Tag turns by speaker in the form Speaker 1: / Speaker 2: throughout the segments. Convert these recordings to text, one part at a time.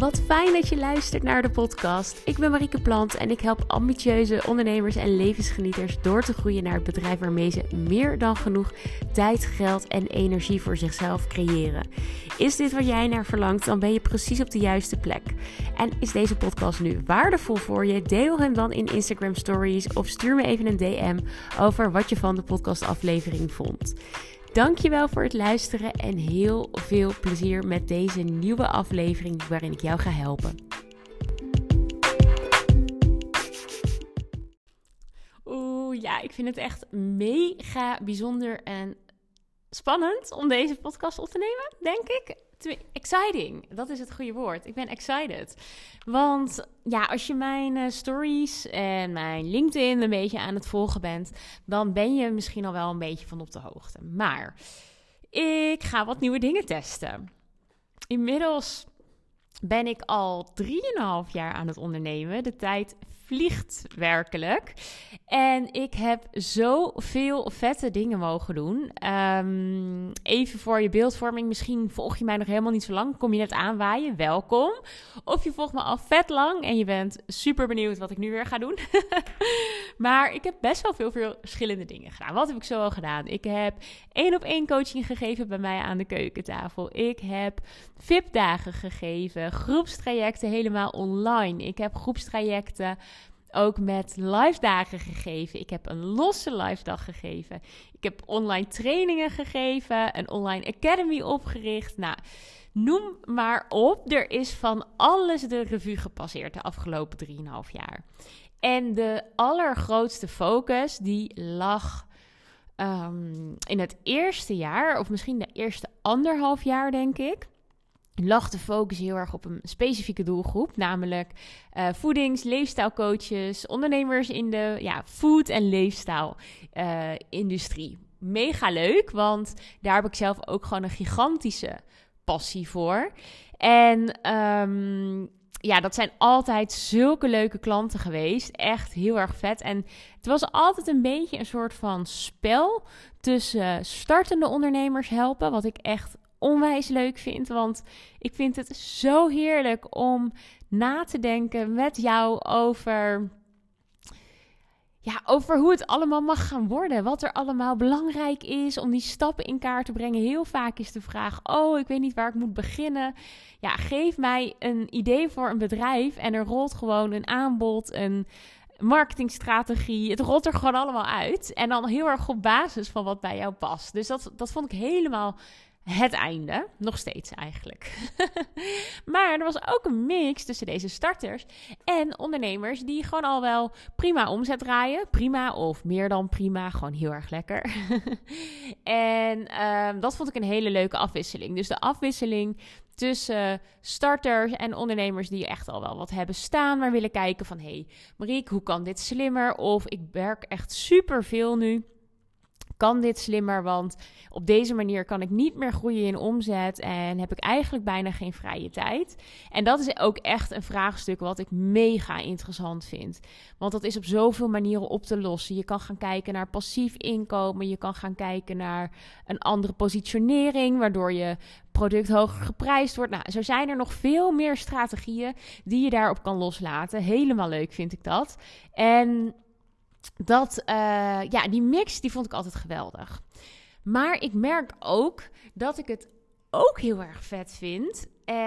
Speaker 1: Wat fijn dat je luistert naar de podcast. Ik ben Marieke Plant en ik help ambitieuze ondernemers en levensgenieters door te groeien naar het bedrijf waarmee ze meer dan genoeg tijd, geld en energie voor zichzelf creëren. Is dit wat jij naar verlangt, dan ben je precies op de juiste plek. En is deze podcast nu waardevol voor je? Deel hem dan in Instagram Stories of stuur me even een DM over wat je van de podcastaflevering vond. Dankjewel voor het luisteren en heel veel plezier met deze nieuwe aflevering waarin ik jou ga helpen. Ik vind het echt mega bijzonder en spannend om deze podcast op te nemen, denk ik. Exciting, dat is het goede woord. Ik ben excited. Want als je mijn stories en mijn LinkedIn een beetje aan het volgen bent, dan ben je misschien al wel een beetje van op de hoogte. Maar ik ga wat nieuwe dingen testen. Inmiddels ben ik al 3,5 jaar aan het ondernemen. De tijd vliegt werkelijk. En ik heb zoveel vette dingen mogen doen. Even voor je beeldvorming. Misschien volg je mij nog helemaal niet zo lang. Kom je net aanwaaien? Welkom. Of je volgt me al vet lang en je bent super benieuwd wat ik nu weer ga doen. Maar ik heb best wel veel verschillende dingen gedaan. Wat heb ik zo al gedaan? Ik heb 1-op-1 coaching gegeven bij mij aan de keukentafel. Ik heb VIP-dagen gegeven. Groepstrajecten helemaal online. Ik heb groepstrajecten ook met live dagen gegeven. Ik heb een losse live dag gegeven. Ik heb online trainingen gegeven. Een online academy opgericht. Nou, noem maar op. Er is van alles de revue gepasseerd de afgelopen 3,5 jaar. En de allergrootste focus die lag in het eerste jaar, of misschien de eerste 1,5 jaar, denk ik, lag de focus heel erg op een specifieke doelgroep, namelijk voedings-leefstijlcoaches, ondernemers in de food- en leefstijl-industrie. Mega leuk, want daar heb ik zelf ook gewoon een gigantische passie voor. En dat zijn altijd zulke leuke klanten geweest. Echt heel erg vet. En het was altijd een beetje een soort van spel tussen startende ondernemers helpen, wat ik echt onwijs leuk vind, want ik vind het zo heerlijk om na te denken met jou over hoe het allemaal mag gaan worden. Wat er allemaal belangrijk is om die stappen in kaart te brengen. Heel vaak is de vraag, ik weet niet waar ik moet beginnen. Ja, geef mij een idee voor een bedrijf en er rolt gewoon een aanbod, een marketingstrategie. Het rolt er gewoon allemaal uit. En dan heel erg op basis van wat bij jou past. Dus dat vond ik helemaal het einde. Nog steeds eigenlijk. Maar er was ook een mix tussen deze starters en ondernemers die gewoon al wel prima omzet draaien. Prima of meer dan prima. Gewoon heel erg lekker. En dat vond ik een hele leuke afwisseling. Dus de afwisseling tussen starters en ondernemers die echt al wel wat hebben staan, maar willen kijken van, hey Marieke, hoe kan dit slimmer? Of ik werk echt superveel nu. Kan dit slimmer, want op deze manier kan ik niet meer groeien in omzet en heb ik eigenlijk bijna geen vrije tijd. En dat is ook echt een vraagstuk wat ik mega interessant vind. Want dat is op zoveel manieren op te lossen. Je kan gaan kijken naar passief inkomen, je kan gaan kijken naar een andere positionering, waardoor je product hoger geprijsd wordt. Nou, zo zijn er nog veel meer strategieën die je daarop kan loslaten. Helemaal leuk vind ik dat. En die mix, die vond ik altijd geweldig. Maar ik merk ook dat ik het ook heel erg vet vind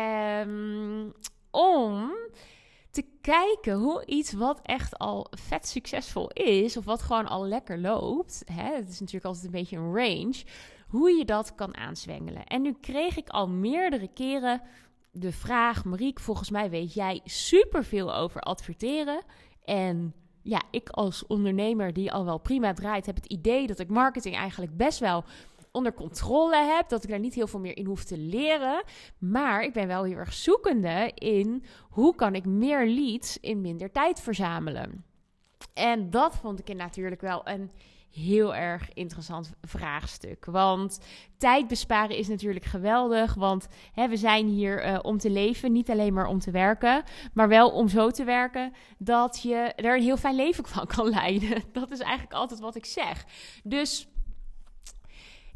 Speaker 1: om te kijken hoe iets wat echt al vet succesvol is, of wat gewoon al lekker loopt, het is natuurlijk altijd een beetje een range, hoe je dat kan aanzwengelen. En nu kreeg ik al meerdere keren de vraag, Marieke, volgens mij weet jij superveel over adverteren. En ik als ondernemer die al wel prima draait, heb het idee dat ik marketing eigenlijk best wel onder controle heb. Dat ik daar niet heel veel meer in hoef te leren. Maar ik ben wel heel erg zoekende in hoe kan ik meer leads in minder tijd verzamelen. En dat vond ik natuurlijk wel een heel erg interessant vraagstuk. Want tijd besparen is natuurlijk geweldig. Want we zijn hier om te leven. Niet alleen maar om te werken. Maar wel om zo te werken dat je er een heel fijn leven van kan leiden. Dat is eigenlijk altijd wat ik zeg. Dus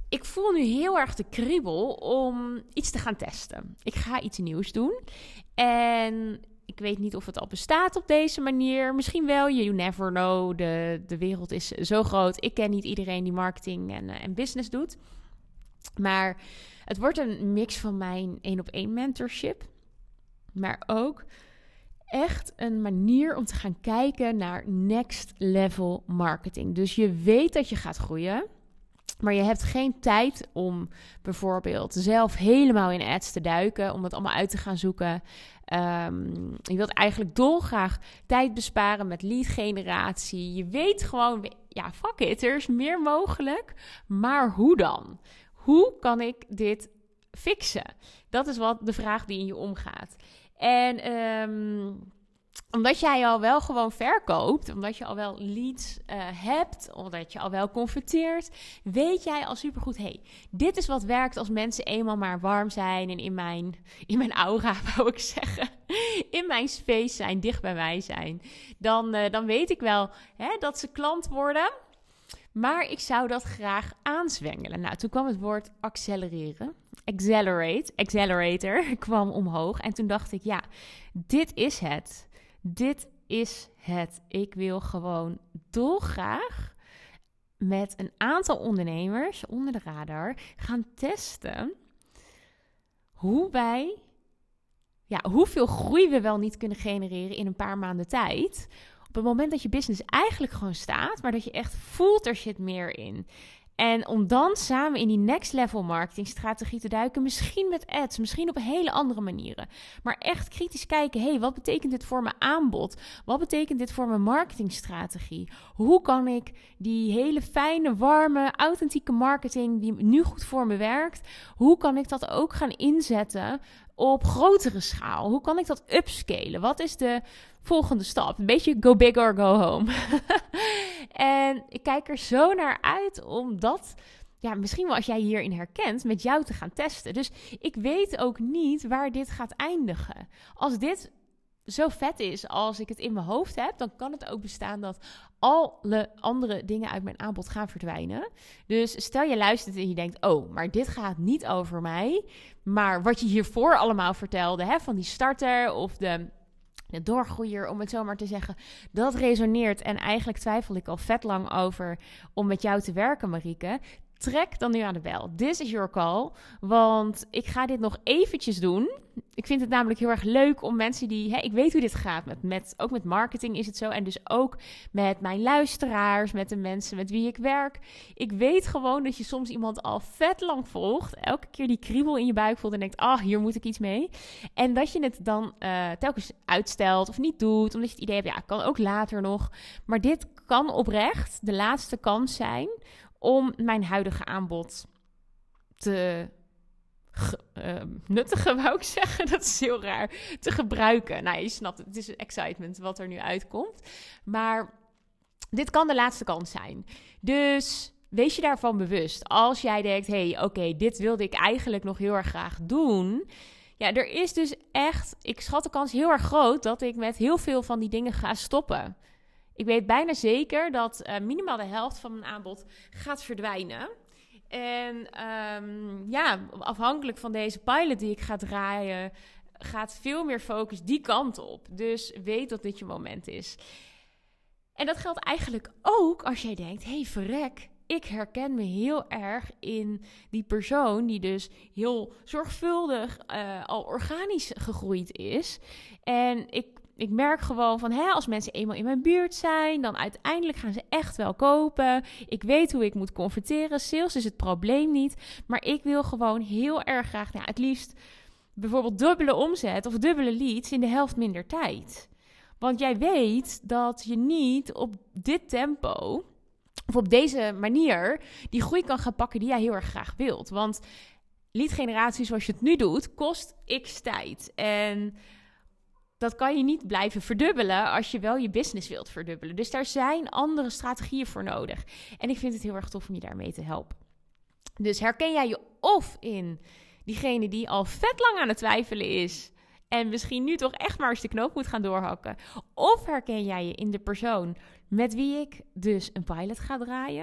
Speaker 1: ik voel nu heel erg de kriebel om iets te gaan testen. Ik ga iets nieuws doen. En ik weet niet of het al bestaat op deze manier. Misschien wel, you never know. De wereld is zo groot. Ik ken niet iedereen die marketing en business doet. Maar het wordt een mix van mijn 1-op-1 mentorship. Maar ook echt een manier om te gaan kijken naar next level marketing. Dus je weet dat je gaat groeien. Maar je hebt geen tijd om bijvoorbeeld zelf helemaal in ads te duiken, om het allemaal uit te gaan zoeken. Je wilt eigenlijk dolgraag tijd besparen met lead generatie. Je weet gewoon, ja, fuck it, er is meer mogelijk. Maar hoe dan? Hoe kan ik dit fixen? Dat is wat de vraag die in je omgaat. En omdat jij al wel gewoon verkoopt, omdat je al wel leads hebt, omdat je al wel converteert, weet jij al supergoed, hey, dit is wat werkt als mensen eenmaal maar warm zijn en in mijn aura, wou ik zeggen, in mijn space zijn, dicht bij mij zijn. Dan weet ik wel dat ze klant worden, maar ik zou dat graag aanzwengelen. Nou, toen kwam het woord accelereren. Accelerator kwam omhoog en toen dacht ik, ja, dit is het. Dit is het. Ik wil gewoon dolgraag met een aantal ondernemers onder de radar gaan testen hoeveel groei we wel niet kunnen genereren in een paar maanden tijd. Op het moment dat je business eigenlijk gewoon staat, maar dat je echt voelt er zit meer in. En om dan samen in die next level marketing strategie te duiken, misschien met ads, misschien op hele andere manieren. Maar echt kritisch kijken, hey, wat betekent dit voor mijn aanbod? Wat betekent dit voor mijn marketingstrategie? Hoe kan ik die hele fijne, warme, authentieke marketing die nu goed voor me werkt, hoe kan ik dat ook gaan inzetten op grotere schaal? Hoe kan ik dat upscalen? Wat is de volgende stap? Een beetje go big or go home. En ik kijk er zo naar uit om dat, ja, misschien wel als jij hierin herkent, met jou te gaan testen. Dus ik weet ook niet waar dit gaat eindigen. Als dit zo vet is als ik het in mijn hoofd heb, dan kan het ook bestaan dat alle andere dingen uit mijn aanbod gaan verdwijnen. Dus stel je luistert en je denkt, oh, maar dit gaat niet over mij. Maar wat je hiervoor allemaal vertelde, van die starter of de doorgroeier, om het zo maar te zeggen, dat resoneert. En eigenlijk twijfel ik al vet lang over om met jou te werken, Marieke. Trek dan nu aan de bel. This is your call. Want ik ga dit nog eventjes doen. Ik vind het namelijk heel erg leuk om mensen die... ik weet hoe dit gaat. Ook met marketing is het zo. En dus ook met mijn luisteraars, met de mensen met wie ik werk. Ik weet gewoon dat je soms iemand al vet lang volgt. Elke keer die kriebel in je buik voelt en denkt, hier moet ik iets mee. En dat je het dan telkens uitstelt of niet doet. Omdat je het idee hebt, ja, kan ook later nog. Maar dit kan oprecht de laatste kans zijn om mijn huidige aanbod te nuttigen, wou ik zeggen. Dat is heel raar. Te gebruiken. Nou, je snapt het. Het is excitement wat er nu uitkomt. Maar dit kan de laatste kans zijn. Dus wees je daarvan bewust. Als jij denkt, oké, dit wilde ik eigenlijk nog heel erg graag doen. Ja, er is dus echt, ik schat de kans heel erg groot dat ik met heel veel van die dingen ga stoppen. Ik weet bijna zeker dat minimaal de helft van mijn aanbod gaat verdwijnen. En afhankelijk van deze pilot die ik ga draaien, gaat veel meer focus die kant op. Dus weet dat dit je moment is. En dat geldt eigenlijk ook als jij denkt, verrek, ik herken me heel erg in die persoon die dus heel zorgvuldig al organisch gegroeid is. En ik merk gewoon van, als mensen eenmaal in mijn buurt zijn, dan uiteindelijk gaan ze echt wel kopen. Ik weet hoe ik moet converteren. Sales is het probleem niet. Maar ik wil gewoon heel erg graag, het liefst bijvoorbeeld dubbele omzet of dubbele leads in de helft minder tijd. Want jij weet dat je niet op dit tempo of op deze manier die groei kan gaan pakken die jij heel erg graag wilt. Want leadgeneratie zoals je het nu doet, kost x tijd. En dat kan je niet blijven verdubbelen als je wel je business wilt verdubbelen. Dus daar zijn andere strategieën voor nodig. En ik vind het heel erg tof om je daarmee te helpen. Dus herken jij je of in diegene die al vet lang aan het twijfelen is en misschien nu toch echt maar eens de knoop moet gaan doorhakken. Of herken jij je in de persoon met wie ik dus een pilot ga draaien.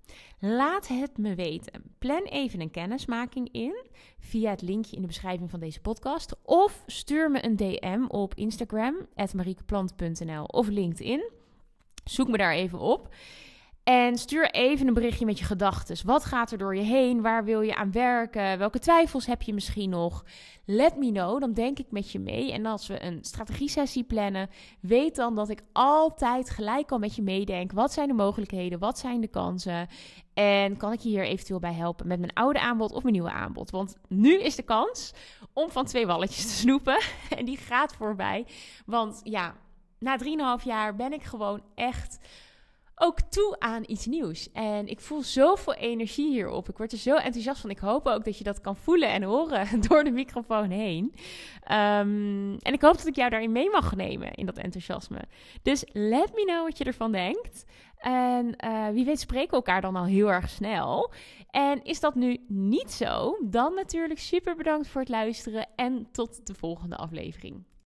Speaker 1: Laat het me weten. Plan even een kennismaking in via het linkje in de beschrijving van deze podcast. Of stuur me een DM op Instagram, @mariekeplant.nl of LinkedIn. Zoek me daar even op. En stuur even een berichtje met je gedachten. Wat gaat er door je heen? Waar wil je aan werken? Welke twijfels heb je misschien nog? Let me know, dan denk ik met je mee. En als we een strategie-sessie plannen, weet dan dat ik altijd gelijk al met je meedenk. Wat zijn de mogelijkheden? Wat zijn de kansen? En kan ik je hier eventueel bij helpen met mijn oude aanbod of mijn nieuwe aanbod? Want nu is de kans om van 2 walletjes te snoepen. En die gaat voorbij. Want ja, na 3,5 jaar ben ik gewoon echt ook toe aan iets nieuws. En ik voel zoveel energie hierop. Ik word er zo enthousiast van. Ik hoop ook dat je dat kan voelen en horen door de microfoon heen. En ik hoop dat ik jou daarin mee mag nemen, in dat enthousiasme. Dus let me know wat je ervan denkt. En wie weet spreken we elkaar dan al heel erg snel. En is dat nu niet zo, dan natuurlijk super bedankt voor het luisteren. En tot de volgende aflevering.